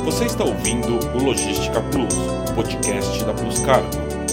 Você está ouvindo o Logística Plus, o podcast da Plus Cargo.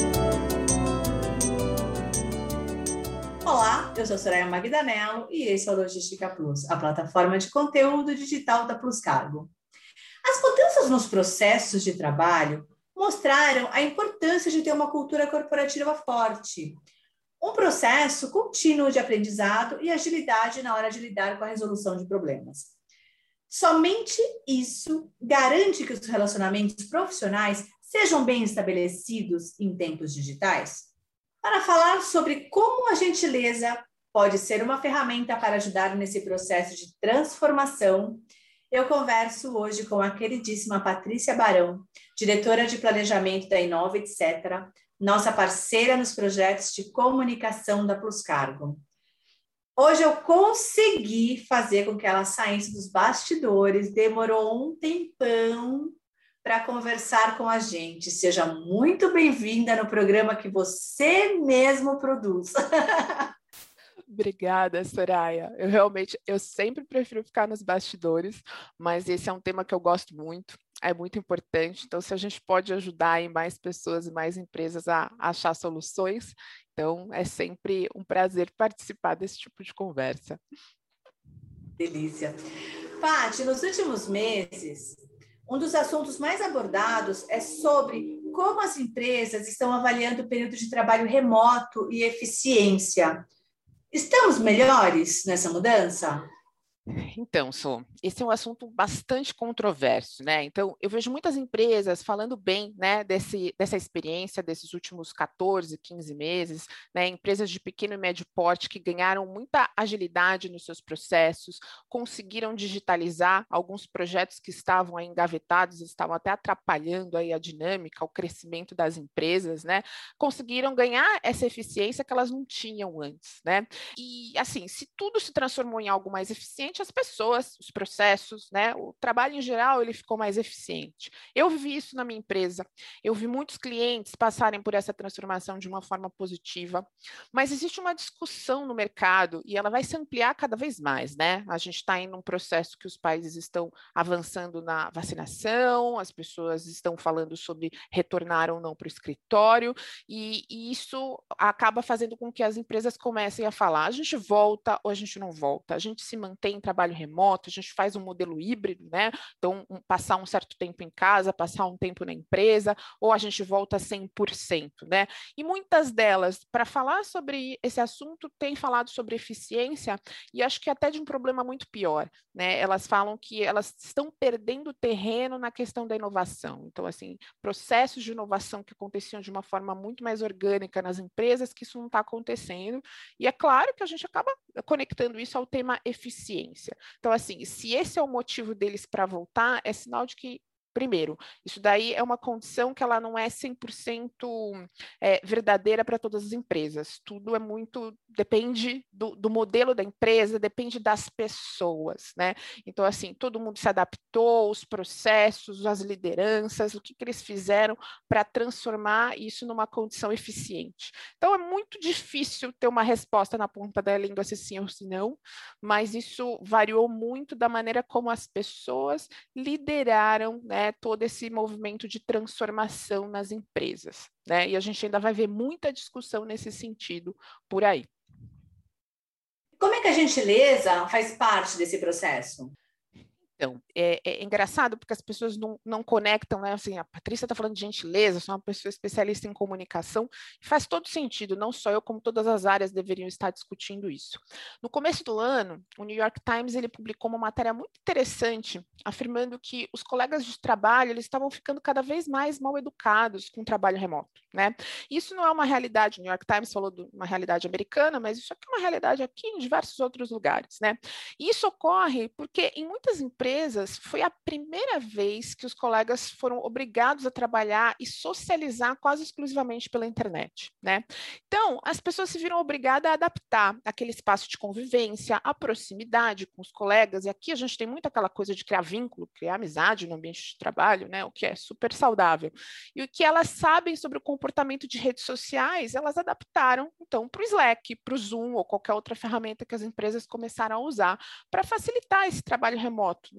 Olá, eu sou Soraya Magdanello e esse é o Logística Plus, a plataforma de conteúdo digital da Plus Cargo. As mudanças nos processos de trabalho mostraram a importância de ter uma cultura corporativa forte, um processo contínuo de aprendizado e agilidade na hora de lidar com a resolução de problemas. Somente isso garante que os relacionamentos profissionais sejam bem estabelecidos em tempos digitais. Para falar sobre como a gentileza pode ser uma ferramenta para ajudar nesse processo de transformação, eu converso hoje com a queridíssima Patrícia Barão, diretora de planejamento da Inova Etc., nossa parceira nos projetos de comunicação da Plus Cargo. Hoje eu consegui fazer com que ela saísse dos bastidores, demorou um tempão para conversar com a gente. Seja muito bem-vinda no programa que você mesmo produz. Obrigada, Soraya. Eu sempre prefiro ficar nos bastidores, mas esse é um tema que eu gosto muito, é muito importante. Então, se a gente pode ajudar aí mais pessoas e mais empresas a achar soluções, então é sempre um prazer participar desse tipo de conversa. Delícia. Paty, nos últimos meses, um dos assuntos mais abordados é sobre como as empresas estão avaliando o período de trabalho remoto e eficiência. Estamos melhores nessa mudança? Então, esse é um assunto bastante controverso, né? Então, eu vejo muitas empresas falando bem, né, dessa experiência desses últimos 14, 15 meses, né? Empresas de pequeno e médio porte que ganharam muita agilidade nos seus processos, conseguiram digitalizar alguns projetos que estavam aí engavetados, estavam até atrapalhando aí a dinâmica, o crescimento das empresas, né? Conseguiram ganhar essa eficiência que elas não tinham antes, né? E, assim, se tudo se transformou em algo mais eficiente, as pessoas, os processos, né? O trabalho em geral, ele ficou mais eficiente. Eu vivi isso na minha empresa, eu vi muitos clientes passarem por essa transformação de uma forma positiva, mas existe uma discussão no mercado e ela vai se ampliar cada vez mais, né? A gente está em um processo que os países estão avançando na vacinação, as pessoas estão falando sobre retornar ou não para o escritório, e isso acaba fazendo com que as empresas comecem a falar: a gente volta ou a gente não volta, a gente se mantém em trabalho remoto, a gente faz um modelo híbrido, né? Então, passar um certo tempo em casa, passar um tempo na empresa, ou a gente volta 100%, né? E muitas delas, para falar sobre esse assunto, têm falado sobre eficiência e acho que até de um problema muito pior, né? Elas falam que elas estão perdendo terreno na questão da inovação. Então, assim, processos de inovação que aconteciam de uma forma muito mais orgânica nas empresas, que isso não está acontecendo. E é claro que a gente acaba conectando isso ao tema eficiência. Então, assim, se esse é o motivo deles para voltar, é sinal de que, primeiro, isso daí é uma condição que ela não é 100% verdadeira para todas as empresas. Tudo é muito, depende do modelo da empresa, depende das pessoas, né? Então, assim, todo mundo se adaptou, os processos, as lideranças, o que eles fizeram para transformar isso numa condição eficiente. Então, é muito difícil ter uma resposta na ponta da língua se sim ou se não, mas isso variou muito da maneira como as pessoas lideraram, né, todo esse movimento de transformação nas empresas, né? E a gente ainda vai ver muita discussão nesse sentido por aí. Como é que a gentileza faz parte desse processo? Então, é engraçado porque as pessoas não conectam, né? Assim, a Patrícia está falando de gentileza, sou uma pessoa especialista em comunicação, e faz todo sentido, não só eu, como todas as áreas deveriam estar discutindo isso. No começo do ano, o New York Times ele publicou uma matéria muito interessante, afirmando que os colegas de trabalho eles estavam ficando cada vez mais mal educados com o trabalho remoto, né? Isso não é uma realidade, o New York Times falou de uma realidade americana, mas isso aqui é uma realidade aqui em diversos outros lugares, né? E isso ocorre porque em muitas empresas foi a primeira vez que os colegas foram obrigados a trabalhar e socializar quase exclusivamente pela internet, né? Então, as pessoas se viram obrigadas a adaptar aquele espaço de convivência, a proximidade com os colegas, e aqui a gente tem muito aquela coisa de criar vínculo, criar amizade no ambiente de trabalho, né? O que é super saudável. E o que elas sabem sobre o comportamento de redes sociais, elas adaptaram, então, para o Slack, para o Zoom ou qualquer outra ferramenta que as empresas começaram a usar para facilitar esse trabalho remoto,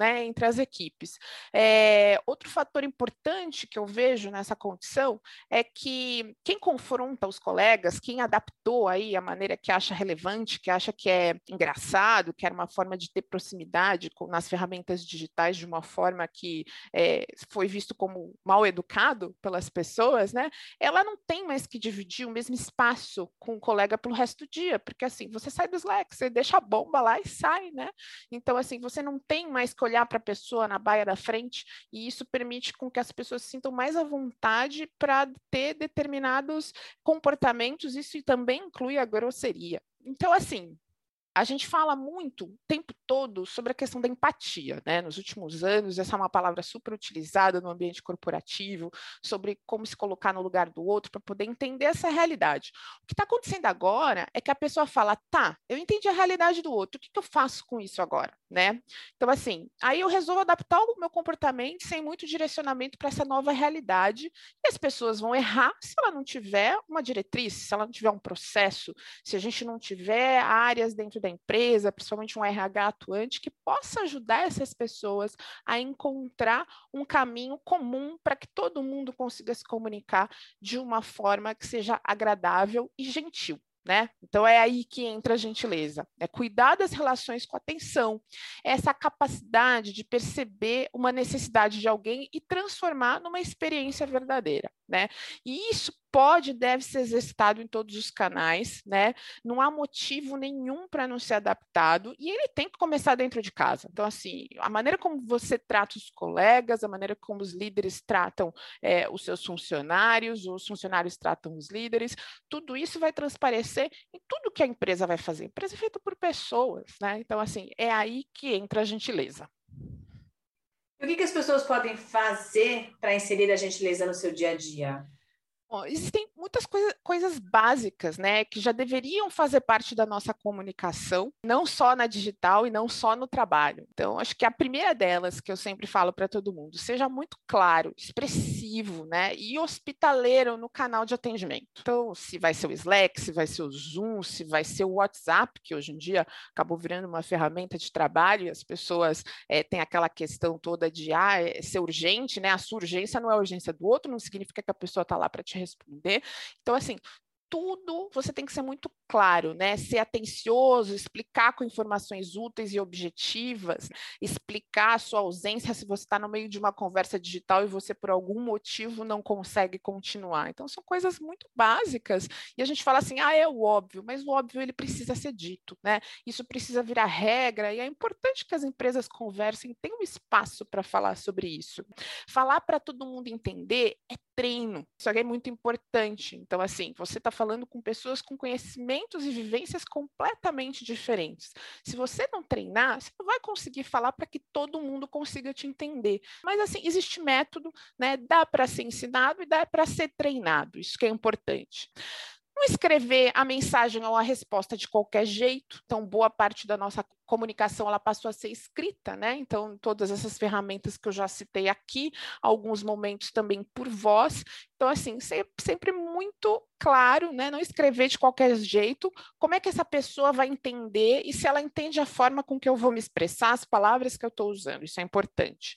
né, entre as equipes. Outro fator importante que eu vejo nessa condição é que quem confronta os colegas, quem adaptou aí a maneira que acha relevante, que acha que é engraçado, que era uma forma de ter proximidade nas ferramentas digitais de uma forma que foi visto como mal educado pelas pessoas, né? Ela não tem mais que dividir o mesmo espaço com o colega pelo resto do dia, porque assim, você sai do Slack, você deixa a bomba lá e sai, né? Então, assim, você não tem mais que olhar para a pessoa na baia da frente, e isso permite com que as pessoas se sintam mais à vontade para ter determinados comportamentos, isso também inclui a grosseria. Então, assim, a gente fala muito o tempo todo sobre a questão da empatia, né? Nos últimos anos, essa é uma palavra super utilizada no ambiente corporativo, sobre como se colocar no lugar do outro para poder entender essa realidade. O que está acontecendo agora é que a pessoa fala, tá, eu entendi a realidade do outro, o que eu faço com isso agora, né? Então, assim, aí eu resolvo adaptar o meu comportamento sem muito direcionamento para essa nova realidade, e as pessoas vão errar se ela não tiver uma diretriz, se ela não tiver um processo, se a gente não tiver áreas dentro da empresa, principalmente um RH atuante, que possa ajudar essas pessoas a encontrar um caminho comum para que todo mundo consiga se comunicar de uma forma que seja agradável e gentil. Né? Então é aí que entra a gentileza, é cuidar das relações com atenção, essa capacidade de perceber uma necessidade de alguém e transformar numa experiência verdadeira, né? E isso pode e deve ser exercitado em todos os canais, né? Não há motivo nenhum para não ser adaptado, e ele tem que começar dentro de casa. Então, assim, a maneira como você trata os colegas, a maneira como os líderes tratam os seus funcionários, os funcionários tratam os líderes, tudo isso vai transparecer em tudo que a empresa vai fazer. A empresa é feita por pessoas, né? Então, assim, é aí que entra a gentileza. E o que as pessoas podem fazer para inserir a gentileza no seu dia a dia? Bom, existem muitas coisas básicas, né, que já deveriam fazer parte da nossa comunicação, não só na digital e não só no trabalho. Então, acho que a primeira delas, que eu sempre falo para todo mundo, seja muito claro, expressivo, né, e hospitaleiro no canal de atendimento. Então, se vai ser o Slack, se vai ser o Zoom, se vai ser o WhatsApp, que hoje em dia acabou virando uma ferramenta de trabalho, e as pessoas têm aquela questão toda de ser urgente, né, a sua urgência não é a urgência do outro, não significa que a pessoa está lá para te responder. Então, assim, tudo você tem que ser muito claro, né? Ser atencioso, explicar com informações úteis e objetivas, explicar a sua ausência se você está no meio de uma conversa digital e você, por algum motivo, não consegue continuar. Então, são coisas muito básicas e a gente fala assim, é o óbvio, mas o óbvio ele precisa ser dito, né? Isso precisa virar regra e é importante que as empresas conversem, tenham um espaço para falar sobre isso. Falar para todo mundo entender é treino, isso aqui é muito importante. Então, assim, você está falando com pessoas com conhecimentos e vivências completamente diferentes. Se você não treinar, você não vai conseguir falar para que todo mundo consiga te entender. Mas, assim, existe método, né? Dá para ser ensinado e dá para ser treinado, isso que é importante. Não escrever a mensagem ou a resposta de qualquer jeito, então boa parte da nossa comunicação ela passou a ser escrita, né? Então, todas essas ferramentas que eu já citei aqui, alguns momentos também por voz. Então, assim, sempre muito claro, né? Não escrever de qualquer jeito, como é que essa pessoa vai entender e se ela entende a forma com que eu vou me expressar, as palavras que eu estou usando, isso é importante.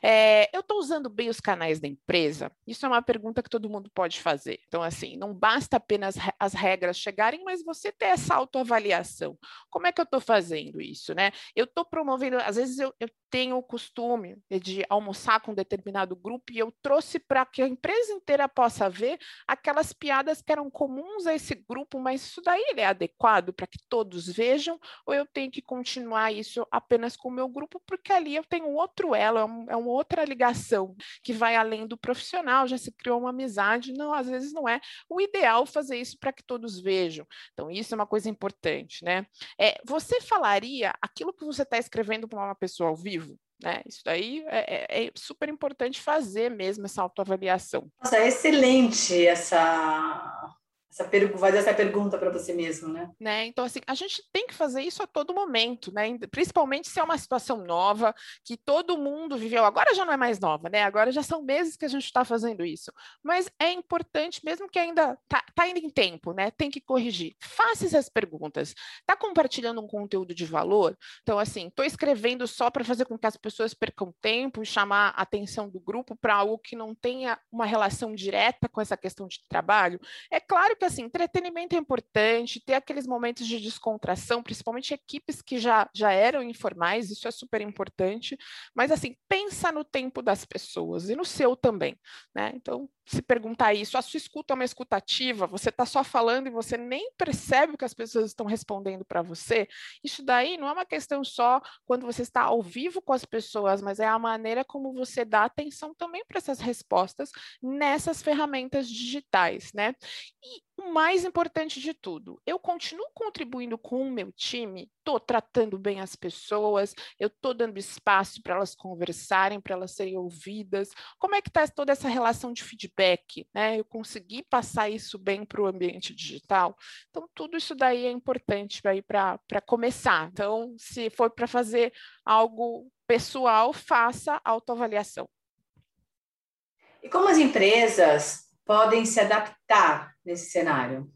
Eu estou usando bem os canais da empresa? Isso é uma pergunta que todo mundo pode fazer. Então, assim, não basta apenas as regras chegarem, mas você ter essa autoavaliação. Como é que eu estou fazendo isso? Né? Eu estou promovendo, às vezes eu tenho o costume de almoçar com um determinado grupo e eu trouxe para que a empresa inteira possa ver aquelas piadas que eram comuns a esse grupo, mas isso daí ele é adequado para que todos vejam ou eu tenho que continuar isso apenas com o meu grupo, porque ali eu tenho outro elo, é uma outra ligação que vai além do profissional, já se criou uma amizade, não, às vezes não é o ideal fazer isso para que todos vejam. Então, isso é uma coisa importante, né? Você falaria aquilo que você está escrevendo para uma pessoa ao vivo? Né? Isso daí é super importante fazer mesmo essa autoavaliação. Nossa, é excelente essa Fazer essa pergunta para você mesmo, né? Então, assim, a gente tem que fazer isso a todo momento, né? Principalmente se é uma situação nova, que todo mundo viveu. Agora já não é mais nova, né? Agora já são meses que a gente está fazendo isso. Mas é importante, mesmo que ainda tá ainda em tempo, né? Tem que corrigir. Faça essas perguntas. Está compartilhando um conteúdo de valor? Então, assim, estou escrevendo só para fazer com que as pessoas percam tempo e chamar a atenção do grupo para algo que não tenha uma relação direta com essa questão de trabalho? É claro que, assim, entretenimento é importante, ter aqueles momentos de descontração, principalmente equipes que já eram informais, isso é super importante, mas, assim, pensa no tempo das pessoas e no seu também, né? Então, se perguntar isso, a sua escuta é uma escutativa, você está só falando e você nem percebe o que as pessoas estão respondendo para você, isso daí não é uma questão só quando você está ao vivo com as pessoas, mas é a maneira como você dá atenção também para essas respostas nessas ferramentas digitais, né? E o mais importante de tudo, eu continuo contribuindo com o meu time, estou tratando bem as pessoas, eu estou dando espaço para elas conversarem, para elas serem ouvidas. Como é que está toda essa relação de feedback, né? Eu consegui passar isso bem para o ambiente digital? Então, tudo isso daí é importante para começar. Então, se for para fazer algo pessoal, faça autoavaliação. E como as empresas podem se adaptar nesse cenário?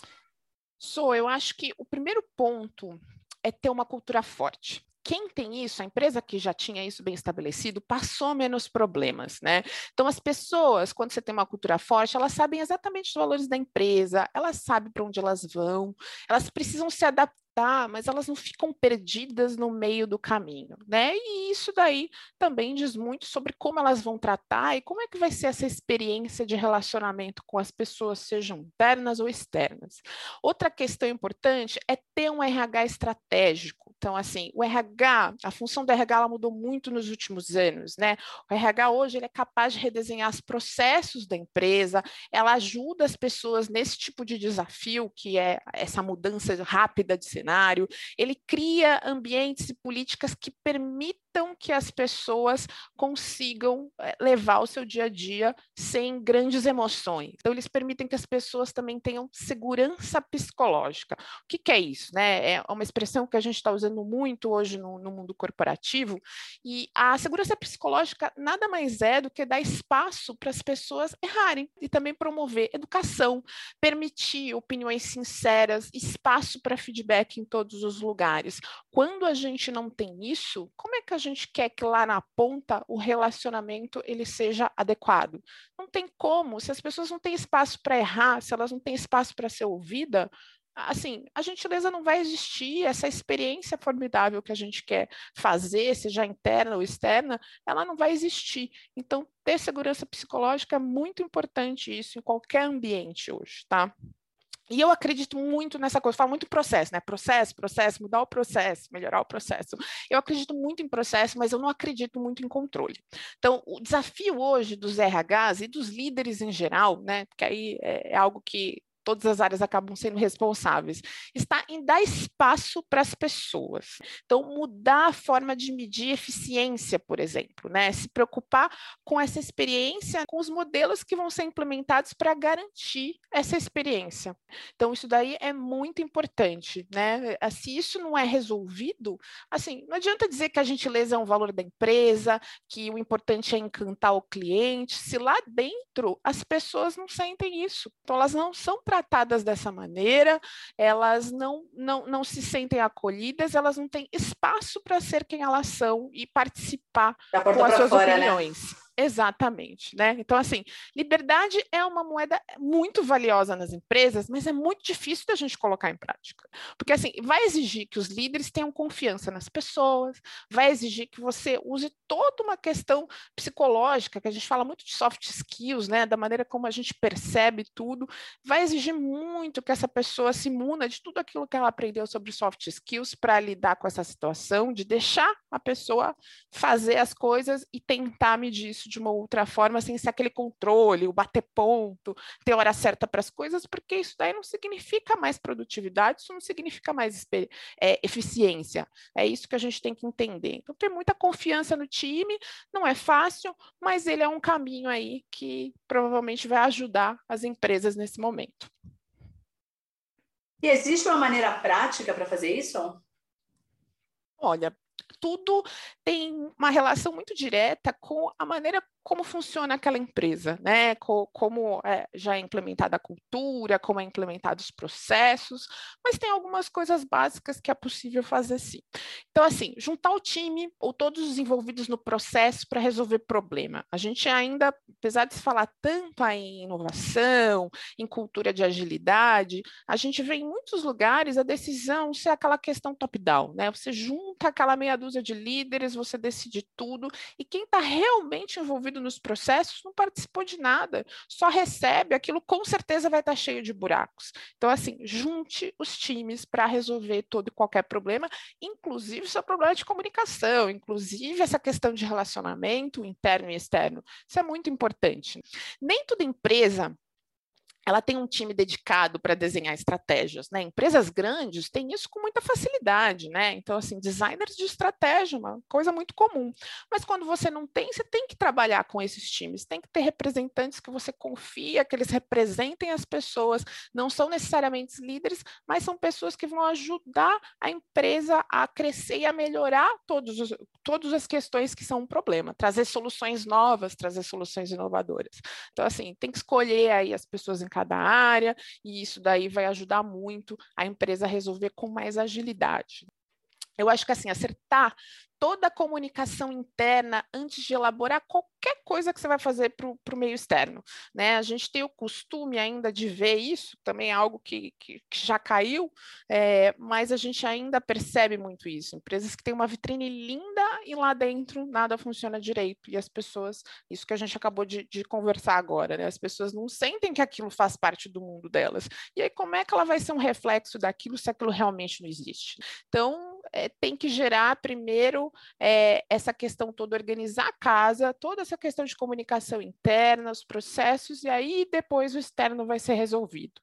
Eu acho que o primeiro ponto é ter uma cultura forte. Quem tem isso, a empresa que já tinha isso bem estabelecido, passou menos problemas, né? Então, as pessoas, quando você tem uma cultura forte, elas sabem exatamente os valores da empresa, elas sabem para onde elas vão, elas precisam se adaptar, mas elas não ficam perdidas no meio do caminho, né? E isso daí também diz muito sobre como elas vão tratar e como é que vai ser essa experiência de relacionamento com as pessoas, sejam internas ou externas. Outra questão importante é ter um RH estratégico. Então, assim, o RH, a função do RH, ela mudou muito nos últimos anos, né? O RH hoje, ele é capaz de redesenhar os processos da empresa, ela ajuda as pessoas nesse tipo de desafio, que é essa mudança rápida de cenário, ele cria ambientes e políticas que permitam que as pessoas consigam levar o seu dia a dia sem grandes emoções. Então, eles permitem que as pessoas também tenham segurança psicológica. O que é isso, né? É uma expressão que a gente está usando muito hoje no mundo corporativo, e a segurança psicológica nada mais é do que dar espaço para as pessoas errarem e também promover educação, permitir opiniões sinceras, espaço para feedback em todos os lugares. Quando a gente não tem isso, como é que a gente quer que lá na ponta o relacionamento ele seja adequado? Não tem como, se as pessoas não têm espaço para errar, se elas não têm espaço para ser ouvida, assim, a gentileza não vai existir, essa experiência formidável que a gente quer fazer, seja interna ou externa, ela não vai existir. Então, ter segurança psicológica é muito importante isso em qualquer ambiente hoje, tá? E eu acredito muito nessa coisa, falo muito em processo, né? Processo, mudar o processo, melhorar o processo. Eu acredito muito em processo, mas eu não acredito muito em controle. Então, o desafio hoje dos RHs e dos líderes em geral, né? Porque aí é algo que todas as áreas acabam sendo responsáveis, está em dar espaço para as pessoas. Então, mudar a forma de medir eficiência, por exemplo, né? Se preocupar com essa experiência, com os modelos que vão ser implementados para garantir essa experiência. Então, isso daí é muito importante, né? Se isso não é resolvido, assim, não adianta dizer que a gentileza é um valor da empresa, que o importante é encantar o cliente, se lá dentro as pessoas não sentem isso. Então, elas não são tratadas dessa maneira, elas não se sentem acolhidas, elas não têm espaço para ser quem elas são e participar com as suas opiniões. Né? Exatamente, né? Então, assim, liberdade é uma moeda muito valiosa nas empresas, mas é muito difícil da gente colocar em prática. Porque, assim, vai exigir que os líderes tenham confiança nas pessoas, vai exigir que você use toda uma questão psicológica, que a gente fala muito de soft skills, né? Da maneira como a gente percebe tudo, vai exigir muito que essa pessoa se imuna de tudo aquilo que ela aprendeu sobre soft skills para lidar com essa situação, de deixar a pessoa fazer as coisas e tentar medir isso de uma outra forma, sem ser aquele controle, o bater ponto, ter hora certa para as coisas, porque isso daí não significa mais produtividade, isso não significa mais eficiência. É isso que a gente tem que entender. Então, ter muita confiança no time, não é fácil, mas ele é um caminho aí que provavelmente vai ajudar as empresas nesse momento. E existe uma maneira prática para fazer isso? Olha, tudo tem uma relação muito direta com a maneira como funciona aquela empresa, né? Como já é implementada a cultura, como é implementados os processos, mas tem algumas coisas básicas que é possível fazer sim. Então, assim, juntar o time ou todos os envolvidos no processo para resolver problema. A gente ainda, apesar de se falar tanto em inovação, em cultura de agilidade, a gente vê em muitos lugares a decisão ser aquela questão top-down, né? Você junta aquela meia dúzia de líderes, você decide tudo, e quem está realmente envolvido nos processos não participou de nada, só recebe aquilo, com certeza vai estar cheio de buracos. Então, assim, junte os times para resolver todo e qualquer problema, inclusive seu problema de comunicação, inclusive essa questão de relacionamento interno e externo. Isso é muito importante. Nem toda empresa ela tem um time dedicado para desenhar estratégias, né? Empresas grandes têm isso com muita facilidade, né? Então, assim, designers de estratégia, uma coisa muito comum. Mas quando você não tem, você tem que trabalhar com esses times, tem que ter representantes que você confia, que eles representem as pessoas, não são necessariamente líderes, mas são pessoas que vão ajudar a empresa a crescer e a melhorar todas as questões que são um problema, trazer soluções novas, trazer soluções inovadoras. Então, assim, tem que escolher aí as pessoas em cada área, e isso daí vai ajudar muito a empresa a resolver com mais agilidade. Eu acho que, assim, acertar toda a comunicação interna antes de elaborar qualquer coisa que você vai fazer para o meio externo, né? A gente tem o costume ainda de ver isso, também é algo que já caiu, mas a gente ainda percebe muito isso. Empresas que têm uma vitrine linda e lá dentro nada funciona direito, e as pessoas, isso que a gente acabou de conversar agora, né? As pessoas não sentem que aquilo faz parte do mundo delas, e aí como é que ela vai ser um reflexo daquilo se aquilo realmente não existe? Então, tem que gerar primeiro essa questão toda, organizar a casa, toda essa questão de comunicação interna, os processos, e aí depois o externo vai ser resolvido.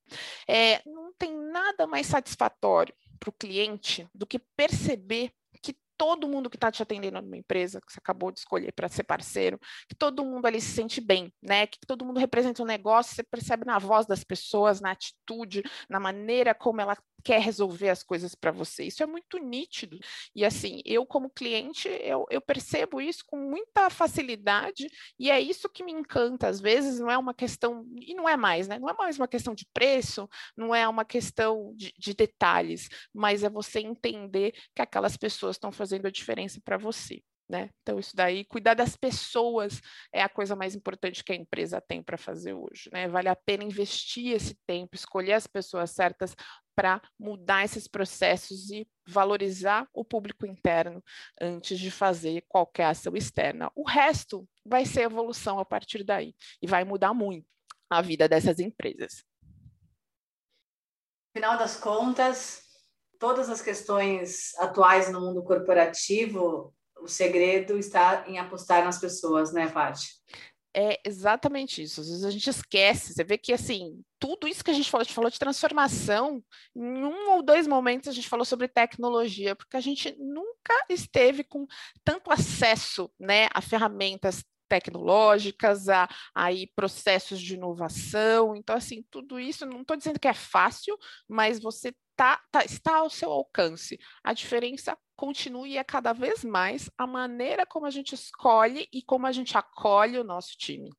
Não tem nada mais satisfatório para o cliente do que perceber que todo mundo que está te atendendo numa empresa, que você acabou de escolher para ser parceiro, que todo mundo ali se sente bem, né? Que todo mundo representa um negócio, você percebe na voz das pessoas, na atitude, na maneira como ela quer resolver as coisas para você. Isso é muito nítido. E assim, eu como cliente, eu percebo isso com muita facilidade, e é isso que me encanta. Às vezes não é uma questão, e não é mais, né? Não é mais uma questão de preço, não é uma questão de detalhes, mas é você entender que aquelas pessoas estão fazendo a diferença para você. Né? Então, isso daí, cuidar das pessoas é a coisa mais importante que a empresa tem para fazer hoje. Né? Vale a pena investir esse tempo, escolher as pessoas certas para mudar esses processos e valorizar o público interno antes de fazer qualquer ação externa. O resto vai ser evolução a partir daí e vai mudar muito a vida dessas empresas. No final das contas, todas as questões atuais no mundo corporativo, o segredo está em apostar nas pessoas, né, Paty? É exatamente isso. Às vezes a gente esquece. Você vê que, assim, tudo isso que a gente falou de transformação, em 1 ou 2 momentos a gente falou sobre tecnologia, porque a gente nunca esteve com tanto acesso, né, a ferramentas tecnológicas, a processos de inovação. Então, assim, tudo isso, não estou dizendo que é fácil, mas você está ao seu alcance. A diferença continua e é cada vez mais a maneira como a gente escolhe e como a gente acolhe o nosso time.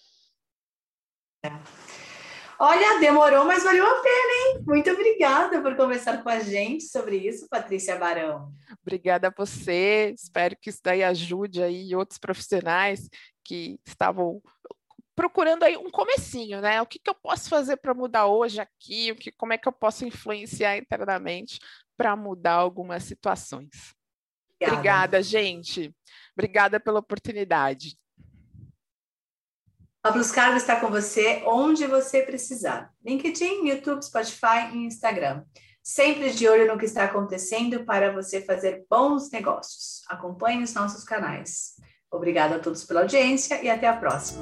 Olha, demorou, mas valeu a pena, hein? Muito obrigada por conversar com a gente sobre isso, Patrícia Barão. Obrigada a você, espero que isso daí ajude aí outros profissionais que estavam procurando aí um comecinho, né? O que eu posso fazer para mudar hoje aqui? Como é que eu posso influenciar internamente para mudar algumas situações? Obrigada, gente. Obrigada pela oportunidade. A Pluscargo está com você onde você precisar. LinkedIn, YouTube, Spotify e Instagram. Sempre de olho no que está acontecendo para você fazer bons negócios. Acompanhe os nossos canais. Obrigada a todos pela audiência e até a próxima.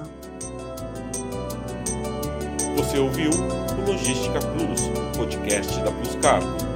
Você ouviu o Logística Plus, podcast da Pluscargo.